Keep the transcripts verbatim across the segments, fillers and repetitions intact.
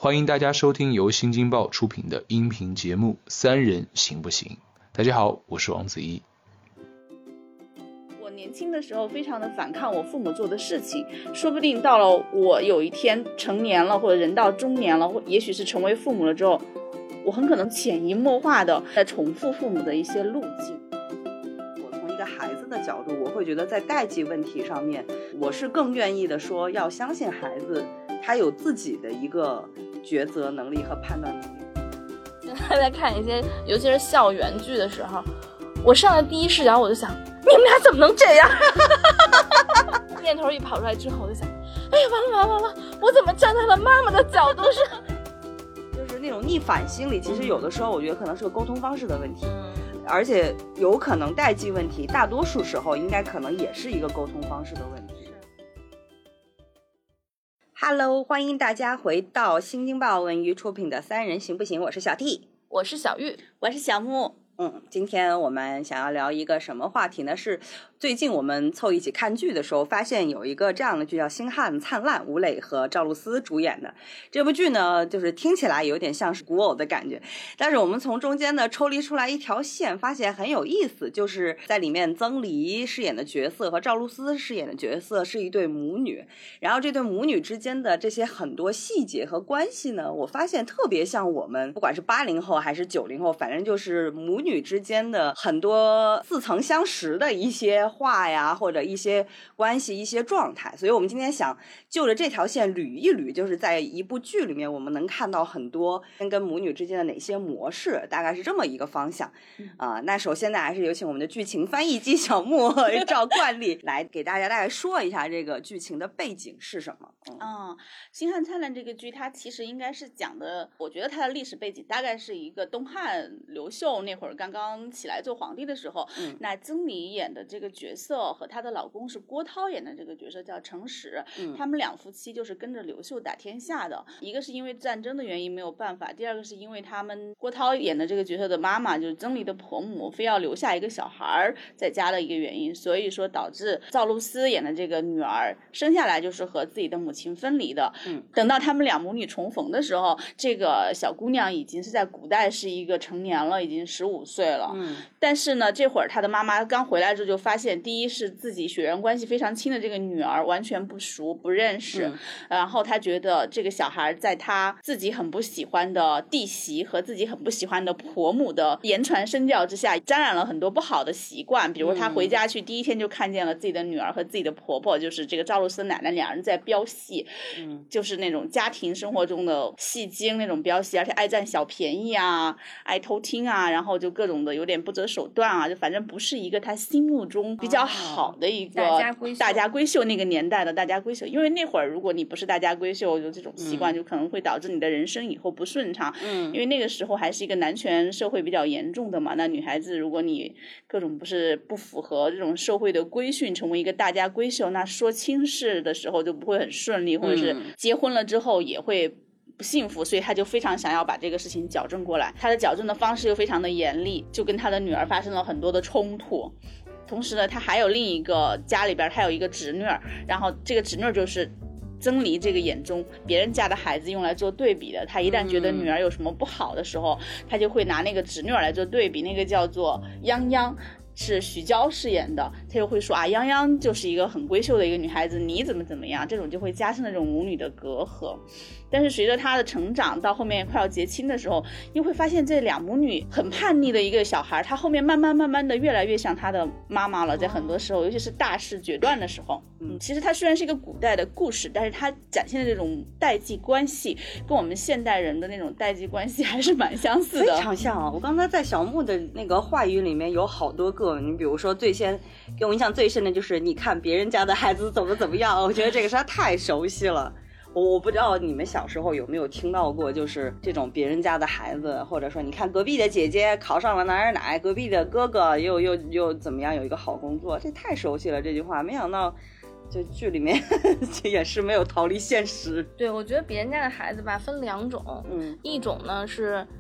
欢迎大家收听由新京报出品的音频节目《三人行不行》。大家好，我是王子怡。 我年轻的时候非常的反抗我父母做的事情，说不定到了我有一天成年了，或者人到中年了，或也许是成为父母了之后，我很可能潜移默化的在重复父母的一些路径。 我从一个孩子的角度，我会觉得在代际问题上面，我是更愿意的说要相信孩子他有自己的一个抉择能力和判断能力。 现在在看一些尤其是校园剧的时候，我上来第一视角我就想，你们俩怎么能这样念头一跑出来之后我就想，哎呀完了完了完了，我怎么站在了妈妈的角度上。 就是那种逆反心理，其实有的时候我觉得可能是个沟通方式的问题，而且有可能代际问题大多数时候应该可能也是一个沟通方式的问题。Hello， 欢迎大家回到新京报文娱出品的三人行不行？我是小 T， 我是小玉， 我是小木。 嗯，今天我们想要聊一个什么话题呢？是最近我们凑一起看剧的时候，发现有一个这样的剧叫《星汉灿烂》，吴磊和赵露思主演的。这部剧呢，就是听起来有点像是古偶的感觉，但是我们从中间呢抽离出来一条线，发现很有意思，就是在里面曾黎饰演的角色和赵露思饰演的角色是一对母女，然后这对母女之间的这些很多细节和关系呢，我发现特别像我们不管是八零后还是九零后，反正就是母女之间的很多似曾相识的一些话呀，或者一些关系一些状态。所以我们今天想就着这条线捋一捋，就是在一部剧里面我们能看到很多跟母女之间的哪些模式，大概是这么一个方向啊、呃。那首先呢，还是有请我们的剧情翻译机小木照惯例来给大家大概说一下这个剧情的背景是什么。 嗯，嗯星汉灿烂这个剧它其实应该是讲的，我觉得它的历史背景大概是一个东汉刘秀那会儿刚刚起来做皇帝的时候，嗯、那曾黎演的这个角色和她的老公是郭涛演的这个角色叫程实、嗯、他们两夫妻就是跟着刘秀打天下的，一个是因为战争的原因没有办法，第二个是因为他们郭涛演的这个角色的妈妈就是曾黎的婆母非要留下一个小孩在家的一个原因，所以说导致赵露思演的这个女儿生下来就是和自己的母亲分离的、嗯、等到他们两母女重逢的时候，这个小姑娘已经是在古代是一个成年了，已经十五岁了、嗯、但是呢这会儿她的妈妈刚回来之后就发现，第一是自己血缘关系非常亲的这个女儿完全不熟不认识、嗯、然后她觉得这个小孩在她自己很不喜欢的弟媳和自己很不喜欢的婆母的言传身教之下沾染了很多不好的习惯，比如她回家去第一天就看见了自己的女儿和自己的婆婆，就是这个赵露思奶奶两人在飙戏、嗯、就是那种家庭生活中的戏精那种飙戏，而且爱占小便宜啊，爱偷听啊，然后就各种的有点不择手段啊，就反正不是一个他心目中比较好的一个大家闺秀， 大家闺秀那个年代的大家闺秀。因为那会儿如果你不是大家闺秀，就这种习惯就可能会导致你的人生以后不顺畅、嗯、因为那个时候还是一个男权社会比较严重的嘛，那女孩子如果你各种不是不符合这种社会的规训成为一个大家闺秀，那说亲事的时候就不会很顺利，或者是结婚了之后也会不幸福，所以他就非常想要把这个事情矫正过来，他的矫正的方式又非常的严厉，就跟他的女儿发生了很多的冲突。同时呢他还有另一个家里边他有一个侄女，然后这个侄女就是曾黎这个眼中别人家的孩子用来做对比的，他一旦觉得女儿有什么不好的时候、嗯、他就会拿那个侄女来做对比，那个叫做泱泱，是徐娇饰演的，他就会说啊，泱泱就是一个很闺秀的一个女孩子，你怎么怎么样，这种就会加深那种母女的隔阂。但是随着她的成长到后面快要结亲的时候，又会发现这两母女很叛逆的一个小孩，她后面慢慢慢慢的越来越像她的妈妈了，在很多时候尤其是大事决断的时候。嗯，其实它虽然是一个古代的故事，但是它展现的这种代际关系跟我们现代人的那种代际关系还是蛮相似的， 非常像啊！我刚才在小木的那个话语里面有好多个，你比如说最先给我印象最深的就是你看别人家的孩子怎么怎么样，我觉得这个实在太熟悉了。我不知道你们小时候有没有听到过，就是这种别人家的孩子，或者说你看隔壁的姐姐考上了哪儿哪儿，隔壁的哥哥又又又怎么样有一个好工作，这太熟悉了这句话，没想到这剧里面也是没有逃离现实。 对，我觉得别人家的孩子吧分两种，嗯，一种呢是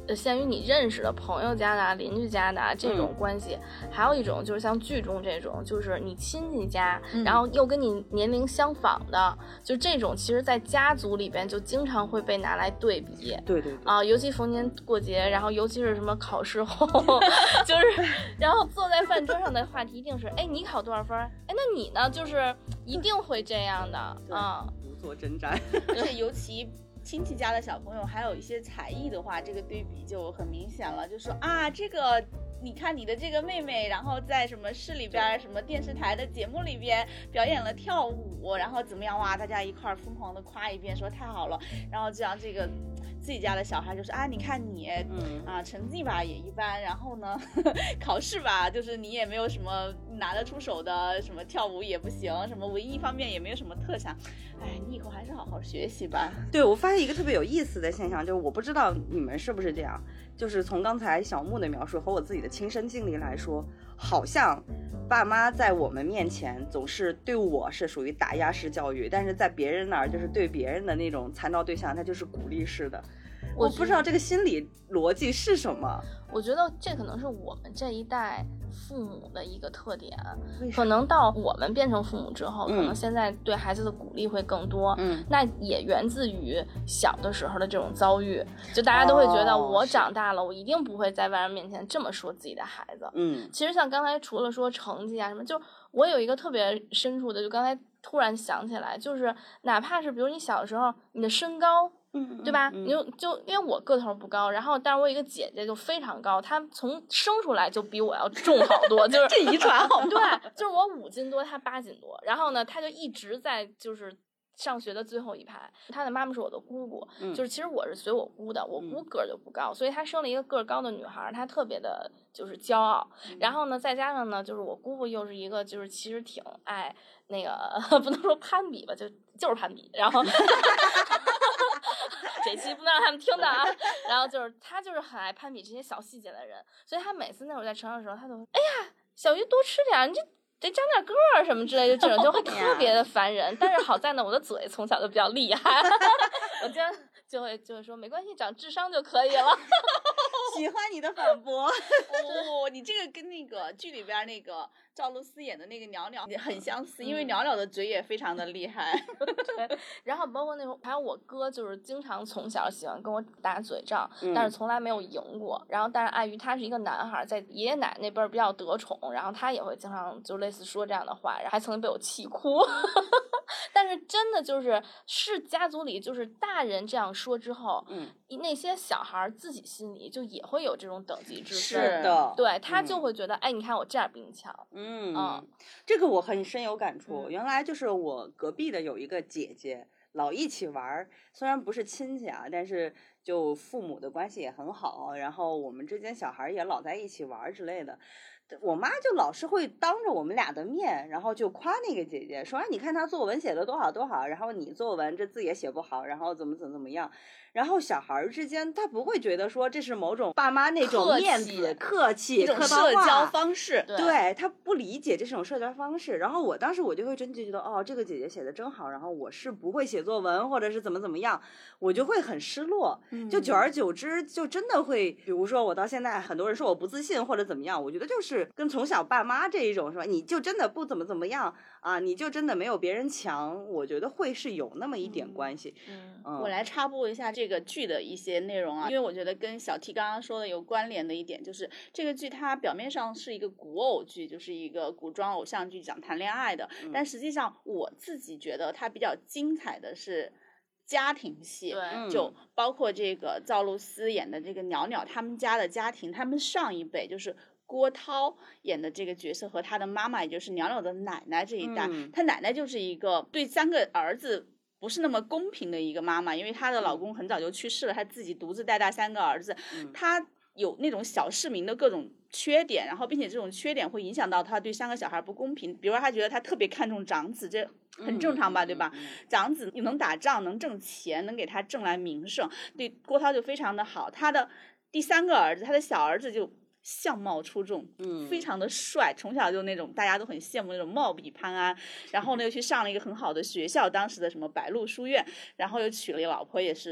限于你认识的朋友家的、邻居家的这种关系，嗯、还有一种就是像剧中这种，就是你亲戚家，嗯、然后又跟你年龄相仿的，就这种，其实在家族里边就经常会被拿来对比。 对对对啊，尤其逢年过节，然后尤其是什么考试后，就是，然后坐在饭桌上的话题一定是，哎，你考多少分？哎，那你呢？就是一定会这样的啊， 无做征战， 而且尤其。亲戚家的小朋友还有一些才艺的话，这个对比就很明显了，就说啊，这个你看你的这个妹妹，然后在什么市里边、什么电视台的节目里边表演了跳舞，然后怎么样哇，大家一块儿疯狂的夸一遍，说太好了，然后这样这个自己家的小孩就是啊，你看你，嗯啊，成绩吧也一般，然后呢，呵呵考试吧就是你也没有什么拿得出手的，什么跳舞也不行，什么文艺方面也没有什么特长，哎，你以后还是好好学习吧。 对，我发现一个特别有意思的现象，就是我不知道你们是不是这样，就是从刚才小木的描述和我自己的亲身经历来说，好像爸妈在我们面前总是对我是属于打压式教育，但是在别人那儿就是对别人的那种参照对象，他就是鼓励式的。我不知道这个心理逻辑是什么。 我觉得这可能是我们这一代父母的一个特点，可能到我们变成父母之后，嗯、可能现在对孩子的鼓励会更多，嗯，那也源自于小的时候的这种遭遇，就大家都会觉得我长大了，哦、我一定不会在外人面前这么说自己的孩子，嗯，其实像刚才除了说成绩啊什么，就我有一个特别深处的，就刚才突然想起来，就是哪怕是比如你小的时候，你的身高。 嗯， 对吧？ 嗯、 你就就因为我个头不高，然后但是我有一个姐姐就非常高，她从生出来就比我要重好多，就是这遗传好吗？ 对，就是我五斤多，她八斤多，然后呢，她就一直在就是上学的最后一排。她的妈妈是我的姑姑，嗯、就是其实我是随我姑的，我姑个儿就不高，嗯、所以她生了一个个儿高的女孩，她特别的就是骄傲。嗯、然后呢，再加上呢，就是我姑父又是一个就是其实挺爱那个不能说攀比吧，就就是攀比，然后。这期不能让他们听到啊，然后就是他就是很爱攀比这些小细节的人，所以他每次那会儿在车上的时候，他都哎呀，小鱼多吃点，你这得长点个儿什么之类的，这种就会特别的烦人。但是好在呢，我的嘴从小就比较厉害，我经常就会就会说没关系，长智商就可以了。 喜欢你的反驳。 哦，你这个跟那个剧里边那个赵露思演的那个袅袅很相似，因为袅袅的嘴也非常的厉害。 对，然后包括那会儿还有我哥，就是经常从小喜欢跟我打嘴仗，嗯、但是从来没有赢过。然后但是碍于他是一个男孩，在爷爷奶奶那边比较得宠，然后他也会经常就类似说这样的话，然后还曾经被我气哭。但是真的就是是家族里就是大人这样说之后，嗯，那些小孩自己心里就也会有这种等级之分， 是的， 对，他就会觉得，嗯、哎，你看我这样比你强， 嗯嗯，这个我很深有感触。嗯、原来就是我隔壁的有一个姐姐，老一起玩，虽然不是亲戚啊，但是就父母的关系也很好，然后我们之间小孩也老在一起玩之类的。我妈就老是会当着我们俩的面，然后就夸那个姐姐，说：“哎，你看她作文写的多好多好，然后你作文这字也写不好，然后怎么怎么怎么样。”然后小孩之间他不会觉得说这是某种爸妈那种面子、客气、 一种社交方式， 对, 对他不理解这种社交方式。然后我当时我就会真的觉得，哦，这个姐姐写的真好，然后我是不会写作文或者是怎么怎么样，我就会很失落。就久而久之，就真的会，比如说我到现在，很多人说我不自信或者怎么样，我觉得就是跟从小爸妈这一种是吧？你就真的不怎么怎么样啊，你就真的没有别人强，我觉得会是有那么一点关系。 嗯，嗯我来插播一下这个剧的一些内容啊，因为我觉得跟小 T 刚刚说的有关联的一点，就是这个剧它表面上是一个古偶剧，就是一个古装偶像剧，讲谈恋爱的，嗯、但实际上我自己觉得它比较精彩的是家庭戏， 对， 就包括这个赵露思演的这个袅袅，他们家的家庭，他们上一辈就是郭涛演的这个角色和他的妈妈，也就是袅袅的奶奶这一代，嗯、他奶奶就是一个对三个儿子不是那么公平的一个妈妈，因为她的老公很早就去世了，她自己独自带大三个儿子，嗯、她有那种小市民的各种缺点，然后并且这种缺点会影响到她对三个小孩不公平，比如说她觉得她特别看重长子，这很正常吧，对吧？长子能打仗，能挣钱，能给他挣来名声，对郭涛就非常的好。他的第三个儿子，他的小儿子就相貌出众，嗯，非常的帅，从小就那种大家都很羡慕那种貌比潘安，然后呢又去上了一个很好的学校，当时的什么白鹿书院，然后又娶了一个老婆，也是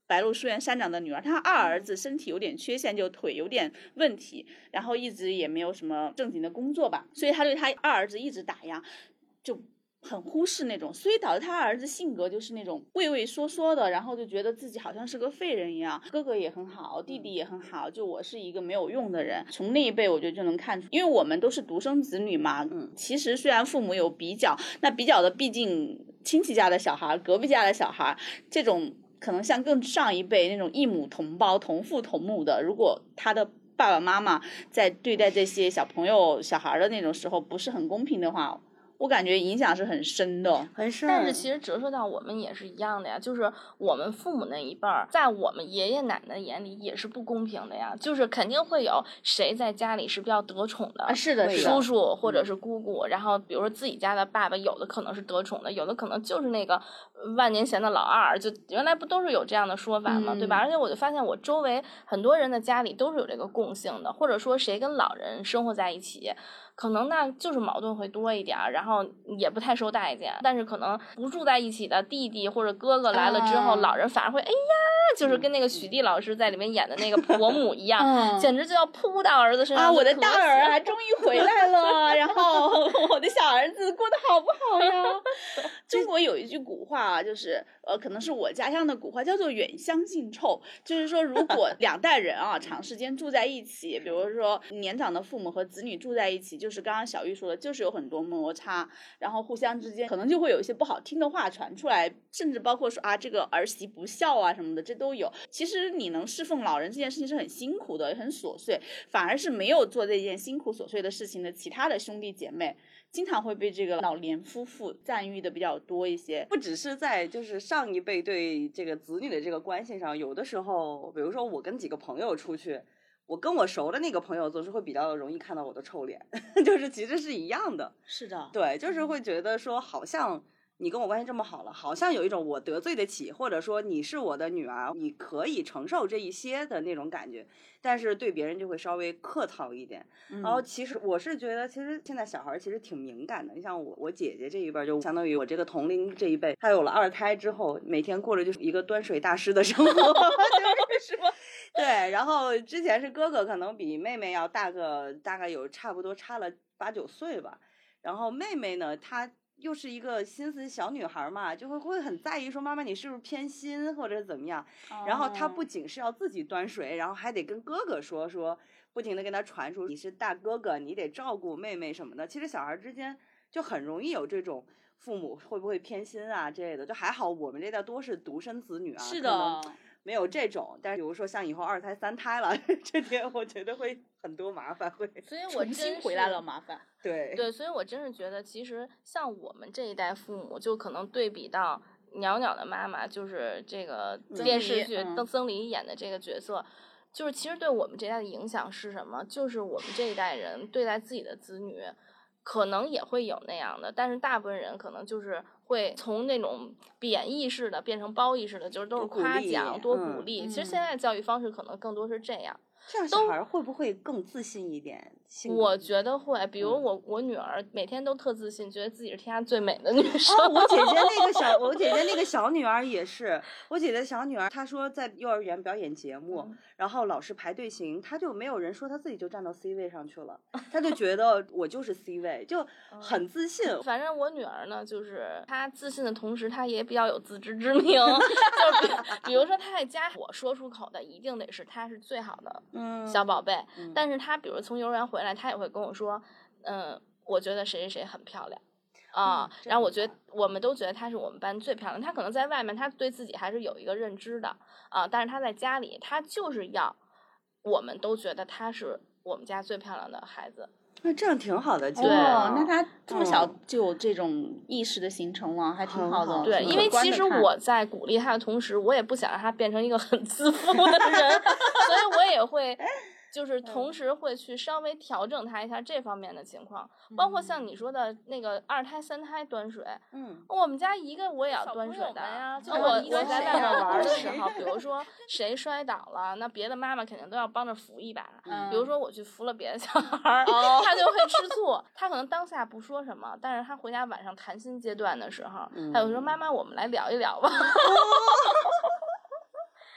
白鹿书院山长的女儿，她二儿子身体有点缺陷，就腿有点问题，然后一直也没有什么正经的工作吧，所以他对他二儿子一直打压，就很忽视那种，所以导致他儿子性格就是那种畏畏缩缩的，然后就觉得自己好像是个废人一样，哥哥也很好，弟弟也很好，就我是一个没有用的人。从那一辈我觉得就能看出，因为我们都是独生子女嘛，嗯，其实虽然父母有比较，那比较的毕竟亲戚家的小孩，隔壁家的小孩，这种可能像更上一辈那种异母同胞同父同母的，如果他的爸爸妈妈在对待这些小朋友小孩的那种时候不是很公平的话，我感觉影响是很深的， 很深。 但是其实折射到我们也是一样的呀，就是我们父母那一辈儿，在我们爷爷奶奶眼里也是不公平的呀，就是肯定会有谁在家里是比较得宠的， 啊、是的，是的，叔叔或者是姑姑、嗯，然后比如说自己家的爸爸，有的可能是得宠的，有的可能就是那个万年前的老二，就原来不都是有这样的说法吗？嗯、对吧？而且我就发现我周围很多人的家里都是有这个共性的，或者说谁跟老人生活在一起。可能那就是矛盾会多一点，然后也不太受待见，但是可能不住在一起的弟弟或者哥哥来了之后、啊、老人反而会哎呀，就是跟那个许娣老师在里面演的那个婆母一样、嗯、简直就要扑到儿子身上啊！我的大儿还终于回来了然后我的小儿子过得好不好呀中国有一句古话就是呃，可能是我家乡的古话，叫做远香近臭，就是说如果两代人啊长时间住在一起，比如说年长的父母和子女住在一起，就就是刚刚小玉说的，就是有很多摩擦，然后互相之间可能就会有一些不好听的话传出来，甚至包括说啊这个儿媳不孝啊什么的，这都有。其实你能侍奉老人这件事情是很辛苦的，很琐碎，反而是没有做这件辛苦琐碎的事情的其他的兄弟姐妹经常会被这个老年夫妇赞誉的比较多一些。 不只是在就是上一辈对这个子女的这个关系上，有的时候比如说我跟几个朋友出去，我跟我熟的那个朋友总是会比较容易看到我的臭脸就是其实是一样的。 是的， 对，就是会觉得说好像你跟我关系这么好了，好像有一种我得罪得起，或者说你是我的女儿，你可以承受这一些的那种感觉，但是对别人就会稍微客套一点、嗯、然后其实我是觉得其实现在小孩其实挺敏感的，你像我我姐姐这一辈，就相当于我这个同龄这一辈，她有了二胎之后每天过着就是一个端水大师的生活是吗？对，然后之前是哥哥可能比妹妹要大个大概有差不多差了八九岁吧，然后妹妹呢她又是一个心思小女孩嘛，就会会很在意说妈妈你是不是偏心或者怎么样、哦、然后她不仅是要自己端水，然后还得跟哥哥说说不停的跟他传输你是大哥哥你得照顾妹妹什么的。其实小孩之间就很容易有这种父母会不会偏心啊之类的，就还好我们这代多是独生子女啊， 是的没有这种，但是比如说像以后二胎三胎了这点我觉得会很多麻烦，会所以我真回来了麻烦。 对对，所以我真是觉得其实像我们这一代父母就可能对比到袅袅的妈妈，就是这个电视剧邓曾黎演的这个角色、嗯、就是其实对我们这一代的影响是什么，就是我们这一代人对待自己的子女可能也会有那样的，但是大部分人可能就是会从那种贬义式的变成褒义式的，就是都是夸奖多鼓励、嗯、其实现在的教育方式可能更多是这样。 这样小孩会不会更自信一点？ 我觉得会，比如我、嗯、我女儿每天都特自信，觉得自己是天下最美的女生、 哦、我姐姐那个小我姐姐那个小女儿也是，我姐姐小女儿她说在幼儿园表演节目、嗯、然后老师排队形，她就没有人说，她自己就站到 C 位上去了她就觉得我就是 C 位，就很自信、 嗯、反正我女儿呢就是她自信的同时她也比较有自知之明就比比如说她在家我说出口的一定得是她是最好的小宝贝、嗯、但是她比如从幼儿园回来她也会跟我说嗯，我觉得谁谁谁很漂亮啊、嗯，然后我觉得我们都觉得她是我们班最漂亮，她可能在外面她对自己还是有一个认知的啊，但是她在家里她就是要我们都觉得她是我们家最漂亮的孩子。 那这样挺好的， 对、哦，那他这么小就有这种意识的形成了、嗯、还挺好的。 对，因为其实我在鼓励他的同时我也不想让他变成一个很自负的人所以我也会就是同时会去稍微调整他一下这方面的情况、嗯、包括像你说的那个二胎三胎端水，嗯，我们家一个我也要端水的呀，就我我在外面玩的时候比如说谁摔倒了那别的妈妈肯定都要帮着扶一把、嗯、比如说我去扶了别的小孩、哦、他就会吃醋他可能当下不说什么，但是他回家晚上谈心阶段的时候、嗯、他就说妈妈我们来聊一聊吧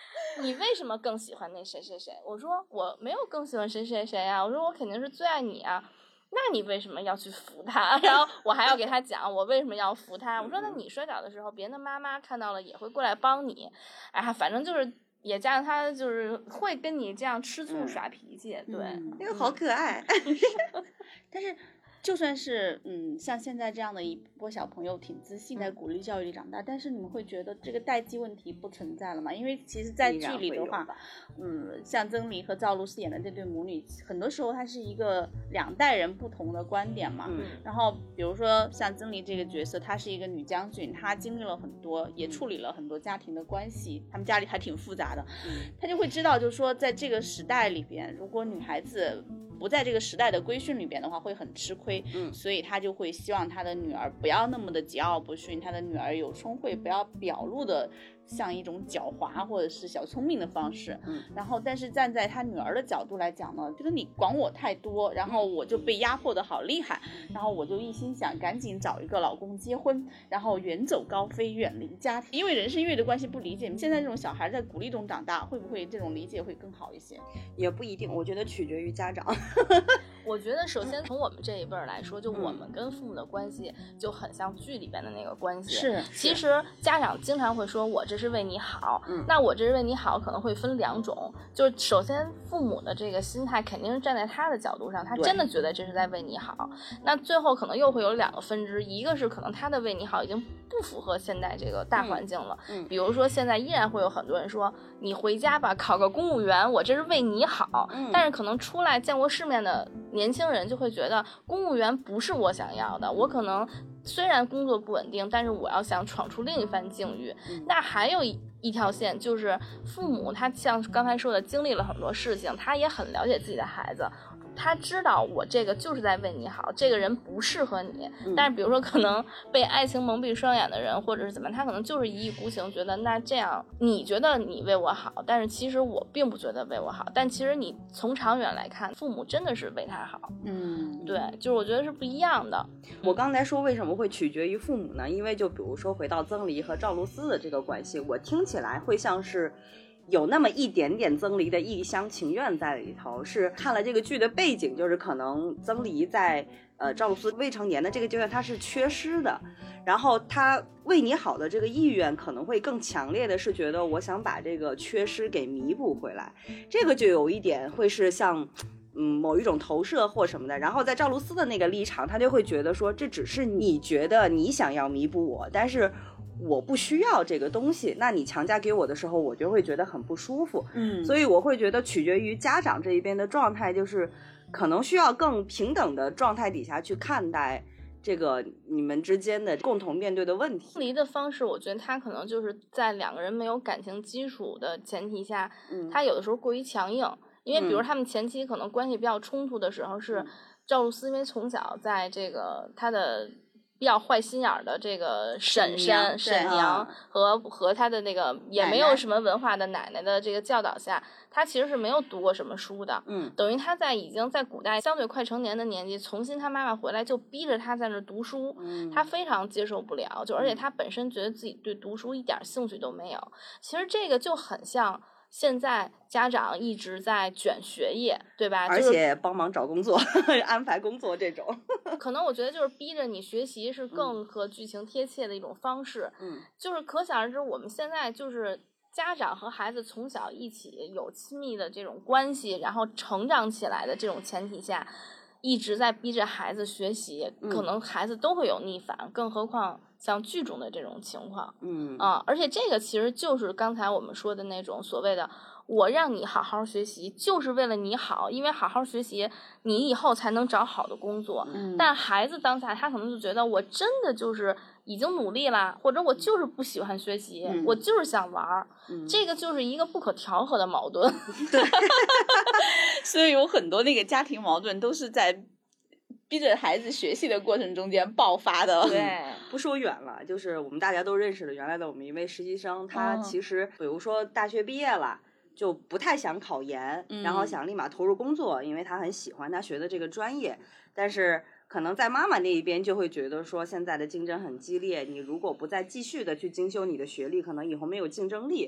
你为什么更喜欢那谁谁谁？我说我没有更喜欢谁谁谁啊，我说我肯定是最爱你啊。那你为什么要去扶他？然后我还要给他讲我为什么要扶他。我说那你摔倒的时候，别人的妈妈看到了也会过来帮你。哎，反正就是也加上他就是会跟你这样吃醋耍脾气。嗯、对， 那个好可爱。 但是。就算是嗯，像现在这样的一波小朋友挺自信，在鼓励教育里长大，嗯、但是你们会觉得这个代际问题不存在了吗？因为其实，在剧里的话，嗯，像曾黎和赵露思演的这对母女，很多时候它是一个两代人不同的观点嘛。嗯。然后比如说像曾黎这个角色，她是一个女将军，她经历了很多，也处理了很多家庭的关系，他们家里还挺复杂的。嗯。她就会知道，就是说在这个时代里边，如果女孩子不在这个时代的规训里边的话，会很吃亏。嗯，所以他就会希望他的女儿不要那么的桀骜不驯，他的女儿有聪慧，不要表露的像一种狡猾或者是小聪明的方式。嗯，然后但是站在他女儿的角度来讲呢，觉得你管我太多，然后我就被压迫的好厉害，然后我就一心想赶紧找一个老公结婚，然后远走高飞，远离家庭。因为人生阅的关系不理解，现在这种小孩在鼓励中长大，会不会这种理解会更好一些？ 也不一定，我觉得取决于家长。 我觉得首先从我们这一辈儿来说，就我们跟父母的关系就很像剧里边的那个关系。 是， 其实家长经常会说我这是为你好，嗯，那我这是为你好可能会分两种，就是首先父母的这个心态肯定是站在他的角度上，他真的觉得这是在为你好。那最后可能又会有两个分支，一个是可能他的为你好已经不符合现在这个大环境了，嗯，比如说现在依然会有很多人说你回家吧，考个公务员，我这是为你好，嗯，但是可能出来见过世面的年轻人就会觉得公务员不是我想要的，我可能虽然工作不稳定，但是我要想闯出另一番境遇。嗯、那还有一一条线就是父母，他像刚才说的经历了很多事情，他也很了解自己的孩子，他知道我这个就是在为你好，这个人不适合你。嗯、但是比如说可能被爱情蒙蔽双眼的人或者是怎么，他可能就是一意孤行，觉得那这样你觉得你为我好，但是其实我并不觉得为我好，但其实你从长远来看，父母真的是为他好。嗯，对，就是我觉得是不一样的。 我刚才说为什么会取决于父母呢？因为就比如说回到曾黎和赵露思的这个关系，我听起来会像是有那么一点点曾黎的一厢情愿在里头。是看了这个剧的背景，就是可能曾黎在呃赵露思未成年的这个阶段他是缺失的，然后他为你好的这个意愿可能会更强烈的是觉得我想把这个缺失给弥补回来，这个就有一点会是像嗯，某一种投射或什么的。然后在赵露思的那个立场，他就会觉得说这只是你觉得你想要弥补我，但是我不需要这个东西，那你强加给我的时候我就会觉得很不舒服。嗯，所以我会觉得取决于家长这一边的状态，就是可能需要更平等的状态底下去看待这个你们之间的共同面对的问题。 离的方式我觉得他可能就是在两个人没有感情基础的前提下，嗯，他有的时候过于强硬。因为比如他们前期可能关系比较冲突的时候，是赵露思因为从小在这个他的比较坏心眼的这个婶婶婶娘和和他的那个也没有什么文化的奶奶的这个教导下，他其实是没有读过什么书的。嗯，等于他在已经在古代相对快成年的年纪，重新他妈妈回来就逼着他在那读书，嗯，他非常接受不了，就而且他本身觉得自己对读书一点兴趣都没有。其实这个就很像现在家长一直在卷学业，对吧？ 而且帮忙找工作安排工作这种可能我觉得就是逼着你学习是更和剧情贴切的一种方式。嗯，就是可想而知我们现在就是家长和孩子从小一起有亲密的这种关系，然后成长起来的这种前提下，一直在逼着孩子学习，可能孩子都会有逆反，更何况像剧中的这种情况。嗯啊，而且这个其实就是刚才我们说的那种所谓的我让你好好学习就是为了你好，因为好好学习你以后才能找好的工作。嗯，但孩子当下他可能就觉得我真的就是已经努力了，或者我就是不喜欢学习，嗯，我就是想玩，嗯，这个就是一个不可调和的矛盾。 对所以有很多那个家庭矛盾都是在逼着孩子学习的过程中间爆发的。 对，不说远了，就是我们大家都认识的原来的我们一位实习生，他其实比如说大学毕业了就不太想考研，嗯，然后想立马投入工作，因为他很喜欢他学的这个专业，但是可能在妈妈那一边就会觉得说现在的竞争很激烈，你如果不再继续的去精修你的学历，可能以后没有竞争力。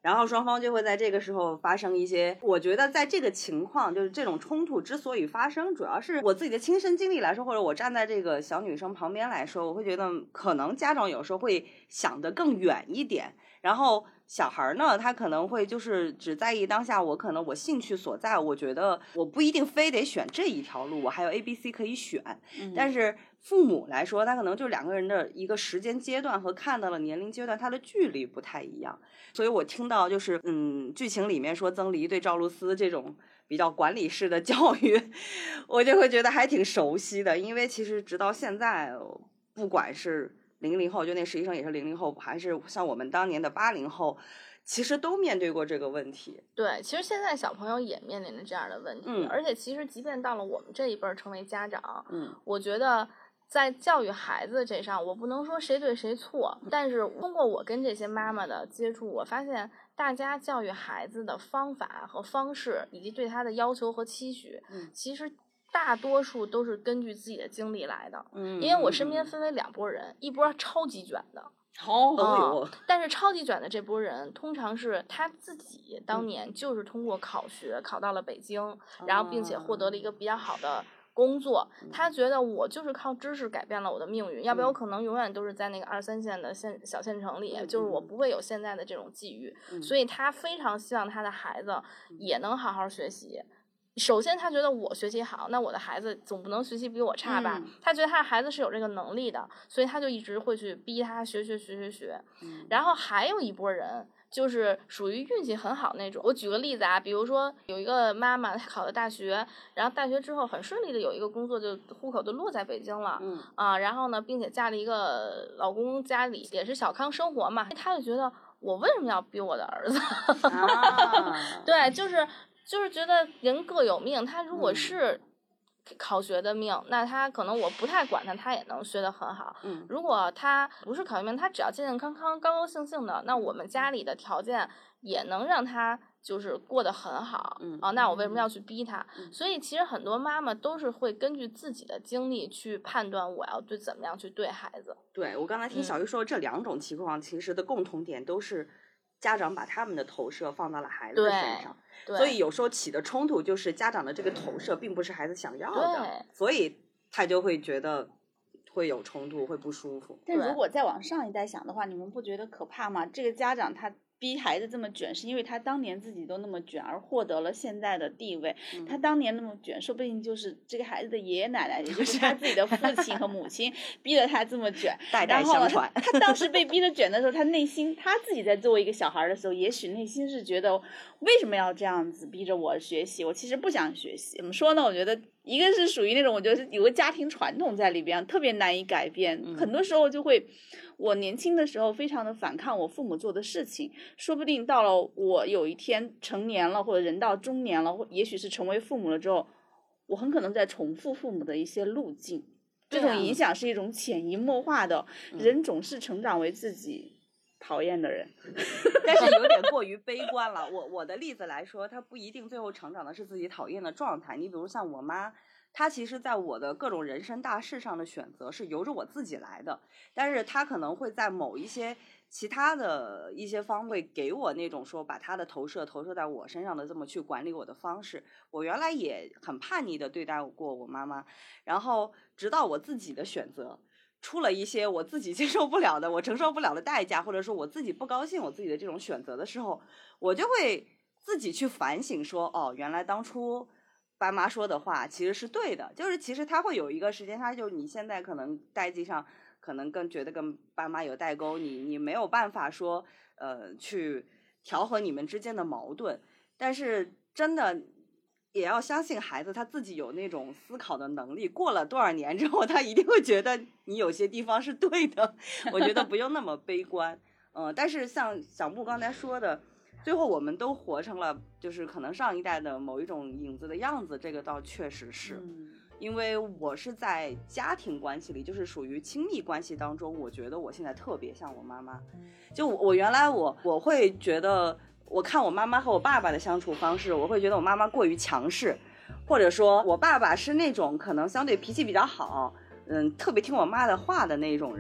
然后双方就会在这个时候发生一些，我觉得在这个情况就是这种冲突之所以发生，主要是我自己的亲身经历来说，或者我站在这个小女生旁边来说，我会觉得可能家长有时候会想得更远一点，然后小孩呢他可能会就是只在意当下，我可能我兴趣所在，我觉得我不一定非得选这一条路，我还有 A B C 可以选、嗯、但是父母来说他可能就两个人的一个时间阶段和看到了年龄阶段他的距离不太一样，所以我听到就是嗯，剧情里面说曾黎对赵露思这种比较管理式的教育，我就会觉得还挺熟悉的，因为其实直到现在不管是零零后，就那实习生也是零零后，还是像我们当年的八零后，其实都面对过这个问题。 对，其实现在小朋友也面临着这样的问题、嗯、而且其实即便到了我们这一辈儿成为家长，嗯，我觉得在教育孩子这上，我不能说谁对谁错，但是通过我跟这些妈妈的接触，我发现大家教育孩子的方法和方式，以及对他的要求和期许，嗯，其实大多数都是根据自己的经历来的。嗯，因为我身边分为两拨人，一波超级卷的。 哦、 嗯，但是超级卷的这波人通常是他自己当年就是通过考学、嗯、考到了北京、嗯、然后并且获得了一个比较好的工作、嗯、他觉得我就是靠知识改变了我的命运、嗯、要不然我可能永远都是在那个二三线的县小县城里、嗯、就是我不会有现在的这种际遇、嗯、所以他非常希望他的孩子也能好好学习。首先他觉得我学习好，那我的孩子总不能学习比我差吧、嗯、他觉得他的孩子是有这个能力的，所以他就一直会去逼他学学学学学、嗯、然后还有一拨人就是属于运气很好那种。我举个例子啊，比如说有一个妈妈她考了大学，然后大学之后很顺利的有一个工作，就户口就落在北京了，嗯啊，然后呢并且嫁了一个老公，家里也是小康生活嘛，她就觉得我为什么要逼我的儿子、啊、对，就是就是觉得人各有命，他如果是考学的命、嗯、那他可能我不太管他，他也能学得很好、嗯、如果他不是考学命，他只要健健康康高高兴兴的，那我们家里的条件也能让他就是过得很好、嗯、啊，那我为什么要去逼他、嗯、所以其实很多妈妈都是会根据自己的经历去判断我要对怎么样去对孩子。 对，我刚才听小玉说、嗯、这两种情况其实的共同点都是家长把他们的投射放到了孩子身上，所以有时候起的冲突就是家长的这个投射并不是孩子想要的，所以他就会觉得会有冲突，会不舒服。 但如果再往上一代想的话，你们不觉得可怕吗？这个家长他逼孩子这么卷，是因为他当年自己都那么卷而获得了现在的地位、嗯、他当年那么卷说不定就是这个孩子的爷爷奶奶，也就是他自己的父亲和母亲逼得他这么卷代代相传。 他当时被逼得卷的时候，他内心他自己在作为一个小孩的时候，也许内心是觉得为什么要这样子逼着我学习，我其实不想学习。怎么说呢，我觉得一个是属于那种我觉得有个家庭传统在里边特别难以改变、嗯、很多时候就会我年轻的时候非常的反抗我父母做的事情，说不定到了我有一天成年了，或者人到中年了，或也许是成为父母了之后，我很可能在重复父母的一些路径。这种影响是一种潜移默化的、嗯、人总是成长为自己讨厌的人但是有点过于悲观了。我我的例子来说，他不一定最后成长的是自己讨厌的状态。你比如像我妈，她其实在我的各种人生大事上的选择是由着我自己来的，但是她可能会在某一些其他的一些方面给我那种说把她的投射投射在我身上的这么去管理我的方式。我原来也很叛逆的对待过我妈妈，然后直到我自己的选择出了一些我自己接受不了的，我承受不了的代价，或者说我自己不高兴我自己的这种选择的时候，我就会自己去反省说，哦，原来当初爸妈说的话其实是对的。就是其实他会有一个时间差，就是你现在可能代际上可能更觉得跟爸妈有代沟，你你没有办法说呃去调和你们之间的矛盾，但是真的也要相信孩子他自己有那种思考的能力，过了多少年之后他一定会觉得你有些地方是对的。我觉得不用那么悲观。嗯，但是像小木刚才说的，最后我们都活成了就是可能上一代的某一种影子的样子，这个倒确实是、嗯、因为我是在家庭关系里，就是属于亲密关系当中，我觉得我现在特别像我妈妈。就我原来我我会觉得我看我妈妈和我爸爸的相处方式，我会觉得我妈妈过于强势，或者说我爸爸是那种可能相对脾气比较好，嗯，特别听我妈的话的那种人。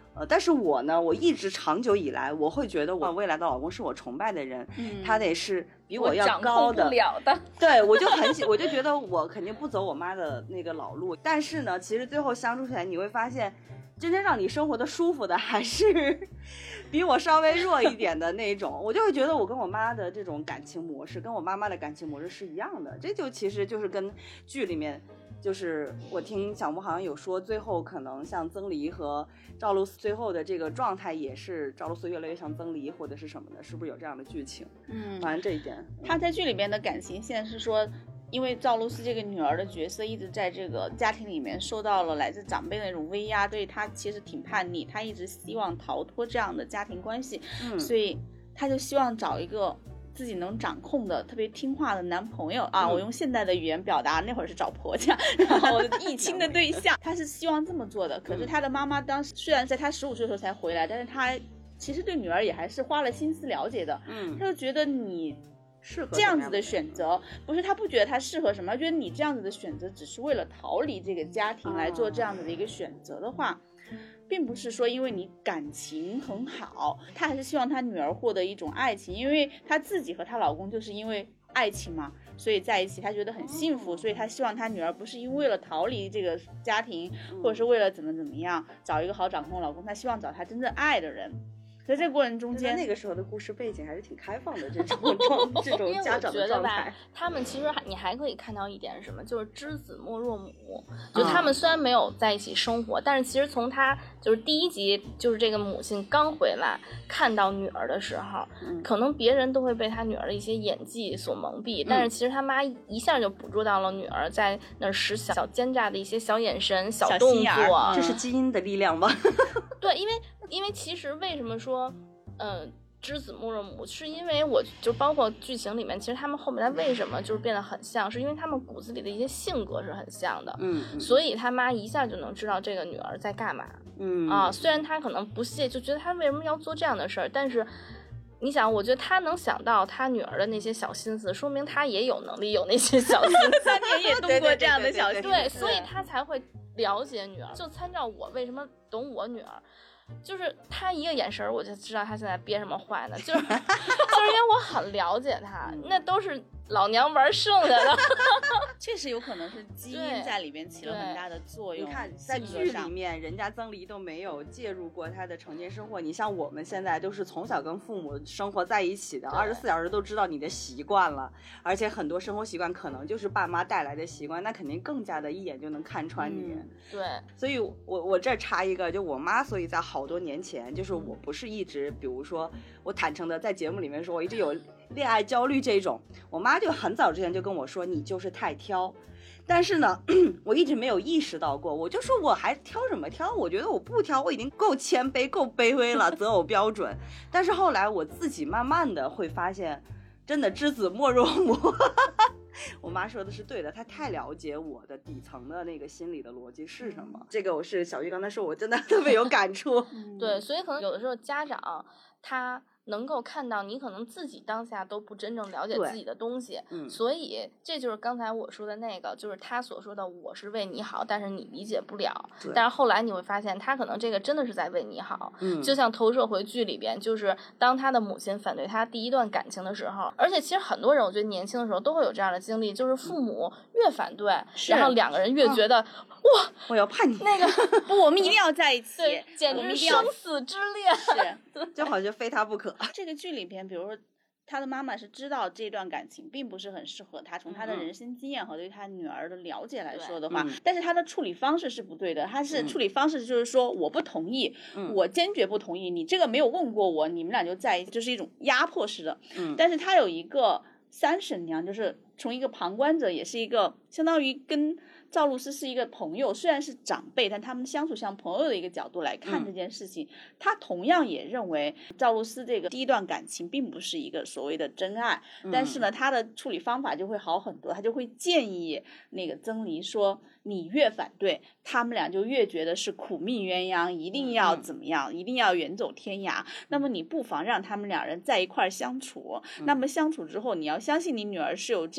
呃，但是我呢，我一直长久以来，我会觉得我未来的老公是我崇拜的人，嗯、他得是比我要高的。 我掌控不了的。 对，我就很喜，我就觉得我肯定不走我妈的那个老路。但是呢，其实最后相处起来，你会发现，真正让你生活的舒服的还是比我稍微弱一点的那种。我就会觉得我跟我妈的这种感情模式，跟我妈妈的感情模式是一样的。这就其实就是跟剧里面。就是我听小木好像有说，最后可能像曾黎和赵露思最后的这个状态也是赵露思越来越像曾黎或者是什么的，是不是有这样的剧情？嗯，反正这一点，嗯、 他在剧里面的感情线是说，因为赵露思这个女儿的角色一直在这个家庭里面受到了来自长辈的那种威压，对她其实挺叛逆，她一直希望逃脱这样的家庭关系，嗯，所以她就希望找一个自己能掌控的特别听话的男朋友啊、嗯，我用现代的语言表达，那会儿是找婆家，然后议亲的对象，他是希望这么做的。可是他的妈妈当时虽然在他十五岁的时候才回来，但是他其实对女儿也还是花了心思了解的。嗯，他就觉得你适合这样子的选择，不是他不觉得他适合什么，他觉得你这样子的选择只是为了逃离这个家庭来做这样子的一个选择的话。并不是说因为你感情很好，她还是希望她女儿获得一种爱情，因为她自己和她老公就是因为爱情嘛，所以在一起，她觉得很幸福，所以她希望她女儿不是因为了逃离这个家庭，或者是为了怎么怎么样找一个好掌控老公，她希望找她真正爱的人。在这个过程中间， 那个时候的故事背景还是挺开放的，这种这种家长的状态。 他们其实还你还可以看到一点是什么，就是知子莫若母。就他们虽然没有在一起生活，嗯、但是其实从他就是第一集，就是这个母亲刚回来看到女儿的时候，嗯、可能别人都会被他女儿的一些演技所蒙蔽，嗯、但是其实他妈一下就捕捉到了女儿在那使小小奸诈的一些小眼神、小动作。 这是基因的力量吗？ 对，因为因为其实为什么说。嗯、呃，知子莫若母，是因为我就包括剧情里面，其实他们后面为什么就是变得很像，是因为他们骨子里的一些性格是很像的，嗯，所以他妈一下就能知道这个女儿在干嘛，嗯啊，虽然他可能不屑，就觉得他为什么要做这样的事儿，但是你想，我觉得他能想到他女儿的那些小心思，说明他也有能力有那些小心思， 三年也动过这样的小心思， 对，所以他才会了解女儿。就参照我为什么懂我女儿。就是他一个眼神我就知道他现在憋什么坏呢，就是就是因为我很了解他，那都是老娘玩剩下的。 确实有可能是基因在里面起了很大的作用。 你看在剧里面人家曾黎都没有介入过他的成年生活，你像我们现在都是从小跟父母生活在一起的，二十四小时都知道你的习惯了，而且很多生活习惯可能就是爸妈带来的习惯，那肯定更加的一眼就能看穿你、 嗯、对， 所以我我这插一个，就我妈，所以在好多年前，就是我不是一直比如说我坦诚的在节目里面说我一直有恋爱焦虑这种，我妈就很早之前就跟我说你就是太挑，但是呢我一直没有意识到过，我就说我还挑什么挑，我觉得我不挑，我已经够谦卑够卑微了，择偶标准。但是后来我自己慢慢的会发现，真的知子莫若母。我妈说的是对的，她太了解我的底层的那个心理的逻辑是什么。这个我是小玉刚才说，我真的特别有感触。 对，所以可能有的时候家长他能够看到你可能自己当下都不真正了解自己的东西，嗯，所以这就是刚才我说的那个，就是他所说的我是为你好，但是你理解不了。但是后来你会发现他可能这个真的是在为你好，嗯，就像投射回剧里边，就是当他的母亲反对他第一段感情的时候，而且其实很多人我觉得年轻的时候都会有这样的经历，就是父母越反对，嗯、然后两个人越觉得、嗯、哇我要叛逆， 那个不我们一定要在一起， 对，简直是生死之恋， 是就好像非他不可。 这个剧里边比如说他的妈妈是知道这段感情并不是很适合他，从他的人生经验和对他女儿的了解来说的话、嗯、但是他的处理方式是不对的，他是处理方式就是说我不同意、嗯、我坚决不同意，你这个没有问过我，你们俩就在一起，就是一种压迫式的、嗯、但是他有一个三婶娘，就是从一个旁观者，也是一个相当于跟赵露思是一个朋友，虽然是长辈，但他们相处像朋友的一个角度来看这件事情、嗯、他同样也认为赵露思这个第一段感情并不是一个所谓的真爱、嗯、但是呢他的处理方法就会好很多，他就会建议那个曾黎说你越反对他们俩就越觉得是苦命鸳鸯，一定要怎么样、嗯、一定要远走天涯，那么你不妨让他们两人在一块相处、嗯、那么相处之后你要相信你女儿是有这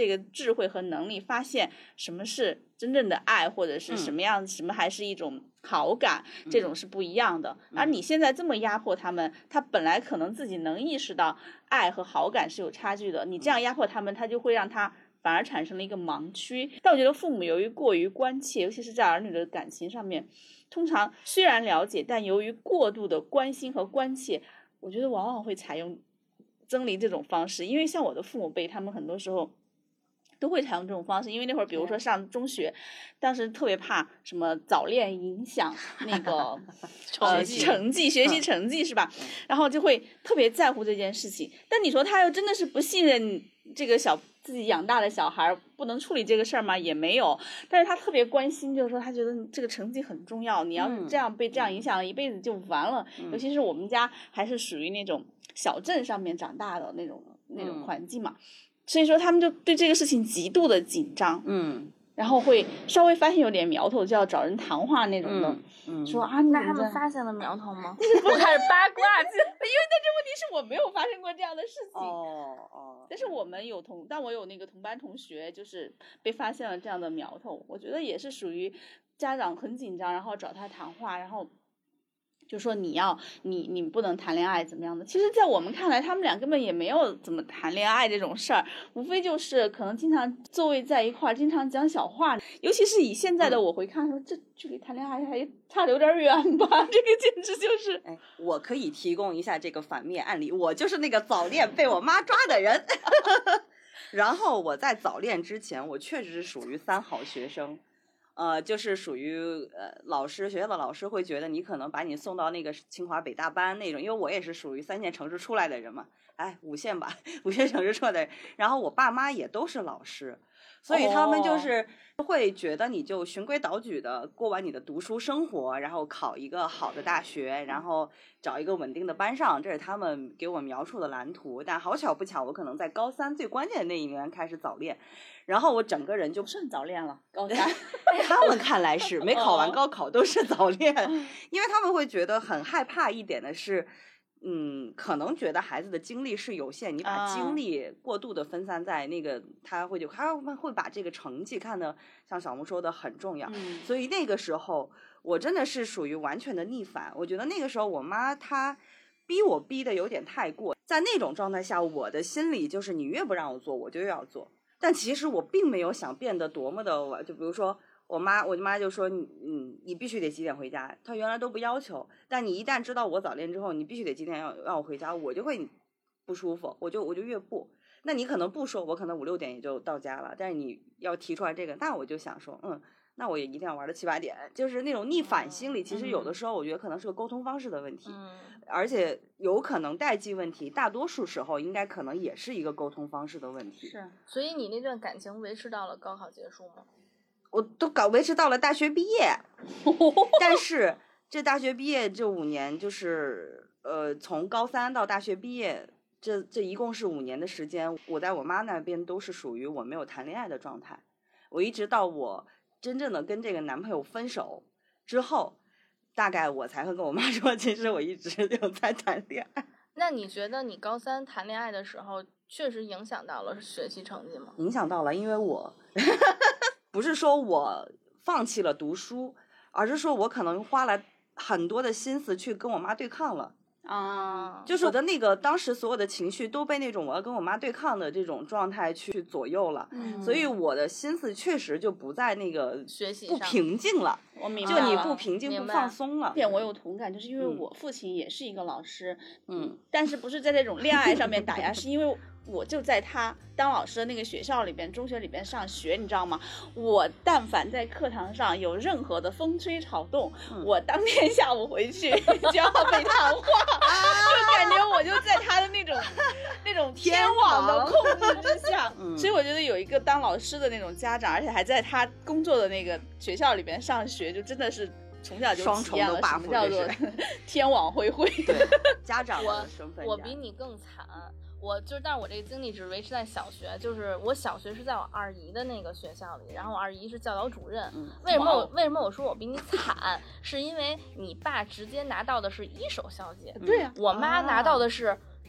个智慧和能力，发现什么是真正的爱，或者是什么样、嗯、什么还是一种好感，这种是不一样的、嗯、而你现在这么压迫他们，他本来可能自己能意识到爱和好感是有差距的，你这样压迫他们，他就会让他反而产生了一个盲区。但我觉得父母由于过于关切，尤其是在儿女的感情上面，通常虽然了解，但由于过度的关心和关切，我觉得往往会采用曾黎这种方式。因为像我的父母辈，他们很多时候都会采用这种方式，因为那会儿比如说上中学，当时特别怕什么早恋影响那个呃成绩学习成绩是吧，然后就会特别在乎这件事情。但你说他又真的是不信任这个小自己养大的小孩不能处理这个事儿吗？也没有，但是他特别关心，就是说他觉得这个成绩很重要，你要是这样被这样影响了一辈子就完了、嗯、尤其是我们家还是属于那种小镇上面长大的那种那种环境嘛、嗯，所以说他们就对这个事情极度的紧张， 嗯， 然后会稍微发现有点苗头就要找人谈话那种的， 嗯嗯、 说啊， 那他们发现了苗头吗？我开始八卦， 因为但这问题是我没有发生过这样的事情， 哦哦， 但是我们有同，但我有那个同班同学就是被发现了这样的苗头，我觉得也是属于家长很紧张，然后找他谈话，然后就说你要你你不能谈恋爱怎么样的。其实在我们看来他们俩根本也没有怎么谈恋爱这种事儿，无非就是可能经常座位在一块儿，经常讲小话，尤其是以现在的我回看说、嗯、这距离谈恋爱还差得有点远吧，这个简直就是哎，我可以提供一下这个反面案例，我就是那个早恋被我妈抓的人然后我在早恋之前我确实是属于三好学生，呃，就是属于呃，老师学校的老师会觉得你可能把你送到那个清华北大班那种，因为我也是属于三线城市出来的人嘛，哎，五线吧，五线城市出来的人，然后我爸妈也都是老师，所以他们就是会觉得你就循规蹈矩的过完你的读书生活，然后考一个好的大学，然后找一个稳定的班上，这是他们给我描述的蓝图。但好巧不巧，我可能在高三最关键的那一年开始早恋，然后我整个人就不是很早恋了，高三他们看来是没考完高考都是早恋，因为他们会觉得很害怕一点的是嗯，可能觉得孩子的精力是有限，你把精力过度的分散在那个、啊、他会就他会把这个成绩看得像小木说的很重要、嗯、所以那个时候我真的是属于完全的逆反。我觉得那个时候我妈她逼我逼的有点太过，在那种状态下我的心里就是你越不让我做我就越要做，但其实我并没有想变得多么的，就比如说我妈我妈就说你嗯你必须得几点回家，她原来都不要求，但你一旦知道我早恋之后你必须得几点要让我回家，我就会不舒服，我就我就越不，那你可能不说我可能五六点也就到家了，但是你要提出来这个，那我就想说嗯那我也一定要玩到七八点，就是那种逆反心理，其实有的时候我觉得可能是个沟通方式的问题、嗯、而且有可能代际问题，大多数时候应该可能也是一个沟通方式的问题。 是，所以你那段感情维持到了高考结束吗？ 我都搞维持到了大学毕业但是这大学毕业这五年就是呃，从高三到大学毕业这这一共是五年的时间，我在我妈那边都是属于我没有谈恋爱的状态，我一直到我真正的跟这个男朋友分手之后，大概我才会跟我妈说其实我一直有在谈恋爱。 那你觉得你高三谈恋爱的时候确实影响到了学习成绩吗？ 影响到了，因为我不是说我放弃了读书，而是说我可能花了很多的心思去跟我妈对抗了啊， 就是我的那个当时所有的情绪都被那种我要跟我妈对抗的这种状态去左右了、嗯、所以我的心思确实就不在那个学习上不平静了， 我明白就你不平静不放松了。 这点我有同感，就是因为我父亲也是一个老师， 嗯， 但是不是在这种恋爱上面打压，是因为我就在他当老师的那个学校里边中学里边上学，你知道吗？我但凡在课堂上有任何的风吹草动、嗯、我当天下午回去就要被谈话就感觉我就在他的那种那种天网的控制之下、嗯、所以我觉得有一个当老师的那种家长，而且还在他工作的那个学校里边上学，就真的是从小就体验了什么叫做天网恢恢。 对，家长的身份我我比你更惨，我就是，但是我这个经历只维持在小学，就是我小学是在我二姨的那个学校里，然后我二姨是教导主任。嗯、为什么我为什么我说我比你惨？是因为你爸直接拿到的是一手消息， 对呀、啊， 我妈拿到的是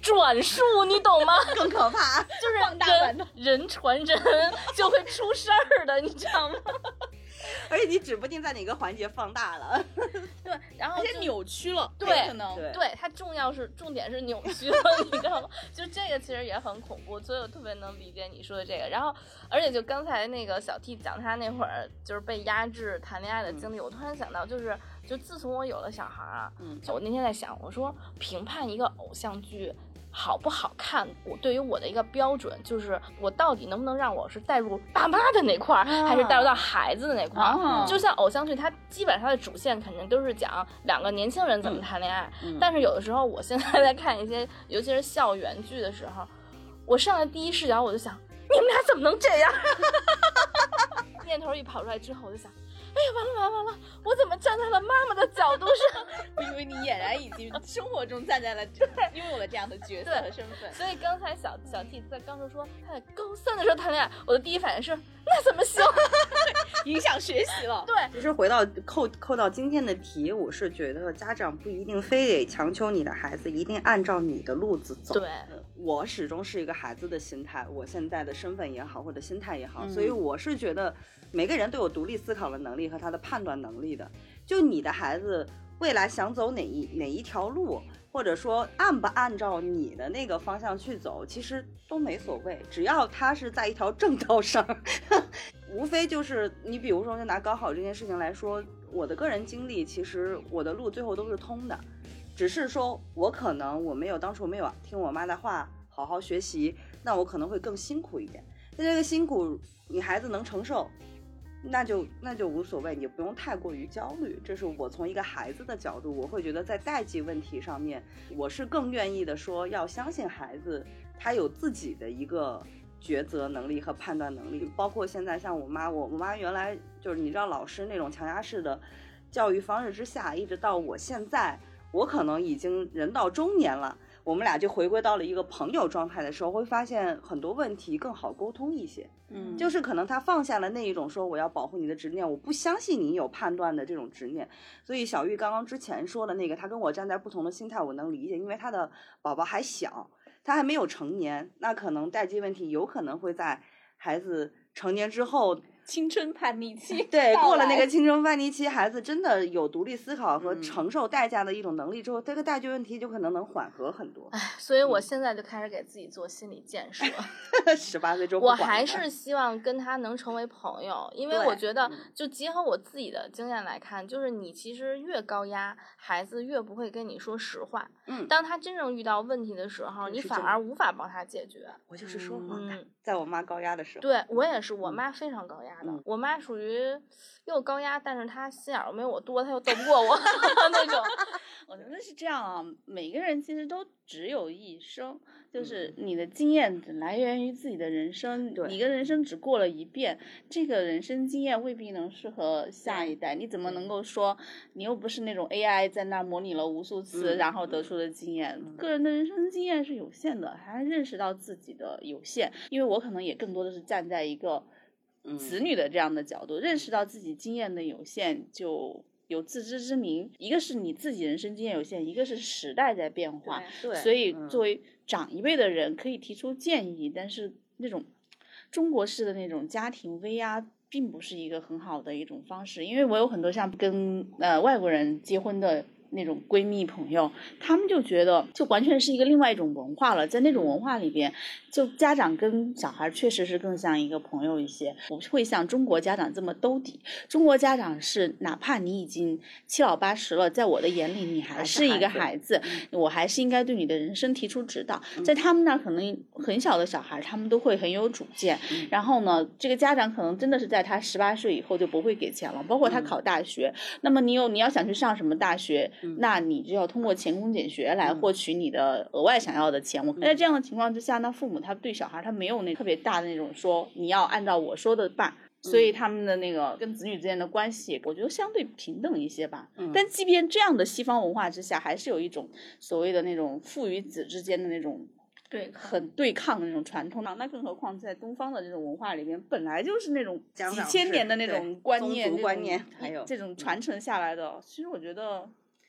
转述，你懂吗？ 更可怕， 就是放大版的人人传人就会出事儿的，你知道吗？ 而且你指不定在哪个环节放大了， 对，然后而且扭曲了， 对可能对对，它重要是重点是扭曲了，你知道吗？就这个其实也很恐怖，所以我特别能理解你说的这个。然后，而且就刚才那个小 T 讲他那会儿就是被压制谈恋爱的经历，嗯、我突然想到，就是就自从我有了小孩啊，嗯，我那天在想，我说评判一个偶像剧好不好看，我对于我的一个标准就是我到底能不能让我是带入爸妈的那块儿、啊，还是带入到孩子的那块儿、啊。就像偶像剧，它基本上的主线肯定都是讲两个年轻人怎么谈恋爱、嗯嗯，但是有的时候我现在在看一些，尤其是校园剧的时候，我上来第一视角我就想，你们俩怎么能这样？念头一跑出来之后，我就想。哎呀，完了完了完了！我怎么站在了妈妈的角度上？ 我以为你俨然已经生活中站在了，拥有了这样的角色和身份。 所以刚才小小 T 在刚才说他在高三的时候谈恋爱，我的第一反应是那怎么行？ 影响学习了。 对， 其实回到扣扣到今天的题，我是觉得家长不一定非得强求你的孩子一定按照你的路子走。 对， 我始终是一个孩子的心态，我现在的身份也好，或者心态也好，嗯、所以我是觉得每个人都有独立思考的能力和他的判断能力的。就你的孩子未来想走哪一哪一条路，或者说按不按照你的那个方向去走，其实都没所谓，只要他是在一条正道上。无非就是你比如说就拿高考这件事情来说，我的个人经历其实我的路最后都是通的，只是说我可能我没有当初没有听我妈的话好好学习，那我可能会更辛苦一点，但这个辛苦你孩子能承受，那就那就无所谓，你不用太过于焦虑。这是我从一个孩子的角度，我会觉得在代际问题上面，我是更愿意的说要相信孩子他有自己的一个抉择能力和判断能力。包括现在像我妈，我我妈原来就是你知道老师那种强压式的教育方式之下，一直到我现在我可能已经人到中年了，我们俩就回归到了一个朋友状态的时候，会发现很多问题更好沟通一些。嗯，就是可能他放下了那一种说我要保护你的执念，我不相信你有判断的这种执念。所以小玉刚刚之前说的那个，他跟我站在不同的心态，我能理解，因为他的宝宝还小，他还没有成年，那可能代际问题有可能会在孩子成年之后， 青春叛逆期， 对，过了那个青春叛逆期，孩子真的有独立思考和承受代价的一种能力之后，嗯、这个代际问题就可能能缓和很多。 哎，所以我现在就开始给自己做心理建设。 十八岁之后， 我还是希望跟他能成为朋友，因为我觉得，就结合我自己的经验来看，就是你其实越高压，孩子越不会跟你说实话。嗯，当他真正遇到问题的时候，你反而无法帮他解决。 我就是说谎的，嗯、在我妈高压的时候， 对我也是，我妈非常高压。嗯、我妈属于又高压，但是她心眼儿没有我多，她又斗不过我那种。 我觉得是这样啊，每个人其实都只有一生，就是你的经验只来源于自己的人生，你的人生只过了一遍，这个人生经验未必能适合下一代。你怎么能够说你又不是那种 A I 在那模拟了无数次、嗯、然后得出的经验、嗯、个人的人生经验是有限的，还认识到自己的有限。因为我可能也更多的是站在一个子女的这样的角度、嗯、认识到自己经验的有限，就有自知之明。一个是你自己人生经验有限，一个是时代在变化， 对， 所以作为长一辈的人可以提出建议、嗯、但是那种中国式的那种家庭威压并不是一个很好的一种方式。因为我有很多像跟呃外国人结婚的那种闺蜜朋友，他们就觉得就完全是一个另外一种文化了，在那种文化里边，就家长跟小孩确实是更像一个朋友一些，不会像中国家长这么兜底。中国家长是哪怕你已经七老八十了，在我的眼里你还是一个孩子，孩子我还是应该对你的人生提出指导。在他们那可能很小的小孩他们都会很有主见，然后呢这个家长可能真的是在他十八岁以后就不会给钱了，包括他考大学、嗯、那么你有你要想去上什么大学，那你就要通过勤工俭学来获取你的额外想要的钱。我、嗯、在这样的情况之下，那父母他对小孩他没有那特别大的那种说你要按照我说的办，所以他们的那个跟子女之间的关系我觉得相对平等一些吧、嗯、但即便这样的西方文化之下，还是有一种所谓的那种父与子之间的那种对很对抗的那种传统。那更何况在东方的这种文化里边，本来就是那种几千年的那种观念， 观念还有这种传承下来的。其实我觉得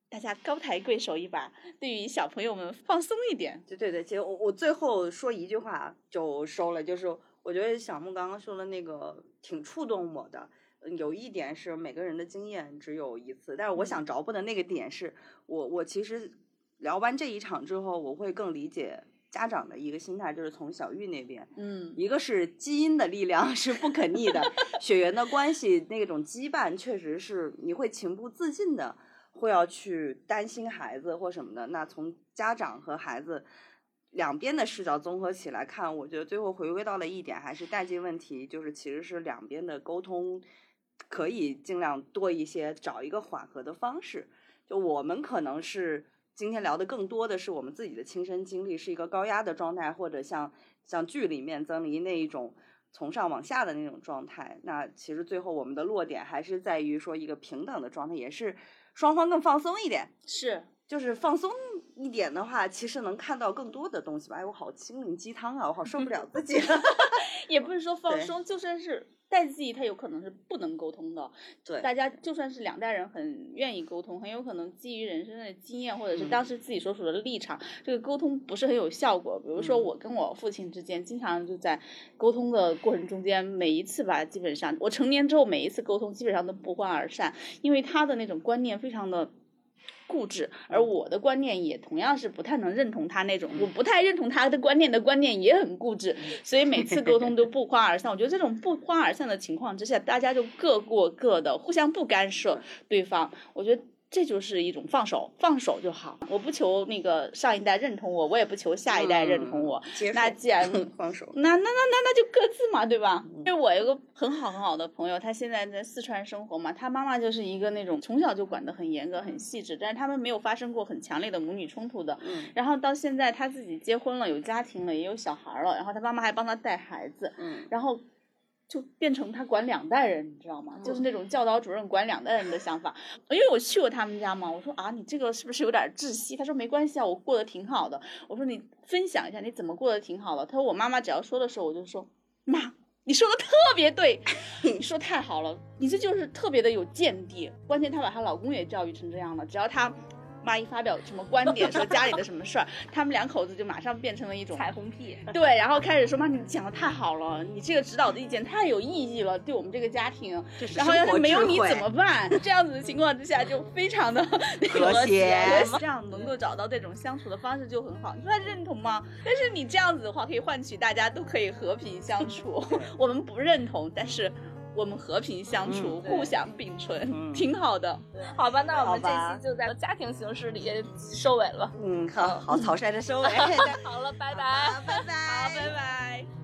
大家高抬贵手一把，对于小朋友们放松一点。 对对对，其实我我最后说一句话就收了，就是我觉得小木刚刚说的那个挺触动我的。有一点是每个人的经验只有一次，但是我想着补的那个点是我我其实聊完这一场之后，我会更理解家长的一个心态，就是从小玉那边， 嗯， 一个是基因的力量是不可逆的，血缘的关系那种羁绊确实是你会情不自禁的会要去担心孩子或什么的。那从家长和孩子两边的视角综合起来看，我觉得最后回归到了一点，还是代际问题，就是其实是两边的沟通可以尽量多一些，找一个缓和的方式。就我们可能是今天聊的更多的是我们自己的亲身经历，是一个高压的状态，或者像像剧里面曾黎那一种从上往下的那种状态。那其实最后我们的落点还是在于说一个平等的状态，也是双方更放松一点。 是， 就是放松一点的话，其实能看到更多的东西吧。哎，我好心灵鸡汤啊，我好受不了自己了。 也不是说放松，就算是代际，它有可能是不能沟通的。 对， 大家就算是两代人很愿意沟通，很有可能基于人生的经验或者是当时自己所处的立场，嗯、这个沟通不是很有效果。比如说我跟我父亲之间，经常就在沟通的过程中间，每一次吧，基本上我成年之后每一次沟通基本上都不欢而散，因为他的那种观念非常的固执，而我的观念也同样是不太能认同他那种，我不太认同他的观念的观念也很固执，所以每次沟通都不欢而散。我觉得这种不欢而散的情况之下，大家就各过各的，互相不干涉对方，我觉得这就是一种放手，放手就好。我不求那个上一代认同我，我也不求下一代认同我。 嗯、 那既然放手， 那那那那那就各自嘛，对吧？嗯、因为我有个很好很好的朋友，他现在在四川生活嘛，他妈妈就是一个那种从小就管得很严格、很细致，但是他们没有发生过很强烈的母女冲突的。 嗯。 然后到现在他自己结婚了，有家庭了，也有小孩了，然后他妈妈还帮他带孩子。 嗯。 然后。就变成他管两代人，你知道吗？嗯、就是那种教导主任管两代人的想法。因为我去过他们家嘛，我说啊，你这个是不是有点窒息？他说没关系啊，我过得挺好的。我说你分享一下你怎么过得挺好的。他说我妈妈只要说的时候，我就说妈，你说的特别对，你说太好了，你这就是特别的有见地。关键她把她老公也教育成这样了，只要她。妈一发表什么观点，说家里的什么事儿，他们两口子就马上变成了一种彩虹屁。 对，然后开始说妈，你讲的太好了，你这个指导的意见太有意义了，对我们这个家庭。然后要是没有你怎么办？这样子的情况之下，就非常的和谐，这样能够找到这种相处的方式就很好。你说他认同吗？但是你这样子的话，可以换取大家都可以和平相处。我们不认同，但是。我们和平相处，嗯、互相并存，嗯、挺好的。 好吧，那我们这期就在家庭形式里收尾了。 嗯，好好草率的收尾。 好了，拜拜， 拜拜， 好，拜拜。